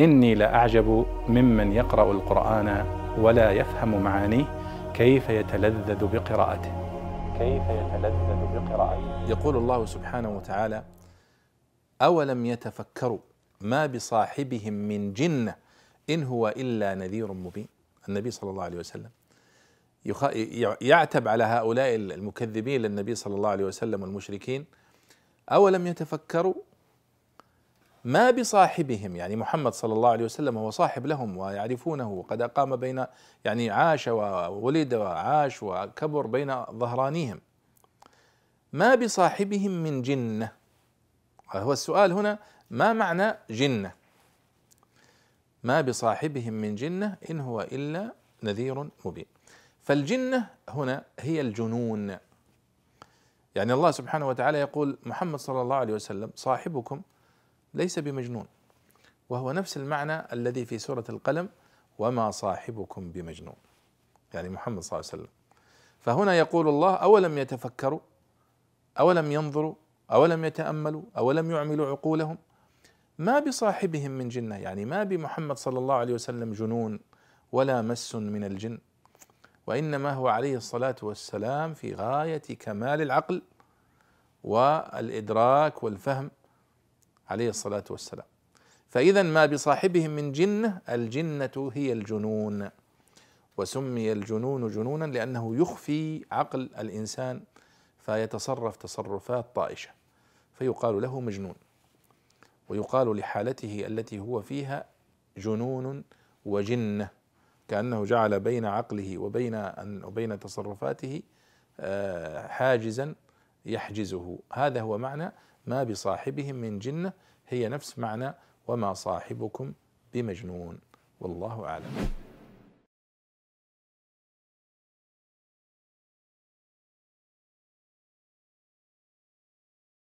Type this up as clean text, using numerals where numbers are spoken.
إني لأعجب ممن يقرأ القرآن ولا يفهم معانيه كيف يتلذذ بقراءته. يقول الله سبحانه وتعالى: أولم يتفكروا ما بصاحبهم من جنة إن هو إلا نذير مبين. النبي صلى الله عليه وسلم يعتب على هؤلاء المكذبين للنبي صلى الله عليه وسلم والمشركين: أولم يتفكروا ما بصاحبهم، يعني محمد صلى الله عليه وسلم هو صاحب لهم ويعرفونه، وقد أقام بين، يعني عاش وولد وعاش وكبر بين ظهرانيهم. ما بصاحبهم من جنة، هو السؤال هنا: ما معنى جنة؟ ما بصاحبهم من جنة إن هو إلا نذير مبين. فالجنة هنا هي الجنون، يعني الله سبحانه وتعالى يقول: محمد صلى الله عليه وسلم صاحبكم ليس بمجنون، وهو نفس المعنى الذي في سورة القلم: وما صاحبكم بمجنون، يعني محمد صلى الله عليه وسلم. فهنا يقول الله: أولم يتفكروا، أولم ينظروا، أولم يتأملوا، أولم يعملوا عقولهم. ما بصاحبهم من جنة، يعني ما بمحمد صلى الله عليه وسلم جنون ولا مس من الجن، وإنما هو عليه الصلاة والسلام في غاية كمال العقل والإدراك والفهم عليه الصلاة والسلام. فإذا ما بصاحبهم من جنة، الجنة هي الجنون، وسمي الجنون جنونا لأنه يخفي عقل الإنسان فيتصرف تصرفات طائشة، فيقال له مجنون. ويقال لحالته التي هو فيها جنون وجنة، كأنه جعل بين عقله وبين تصرفاته حاجزا يحجزه. هذا هو معنى ما بصاحبهم من جنة، هي نفس معنى وما صاحبكم بمجنون، والله أعلم.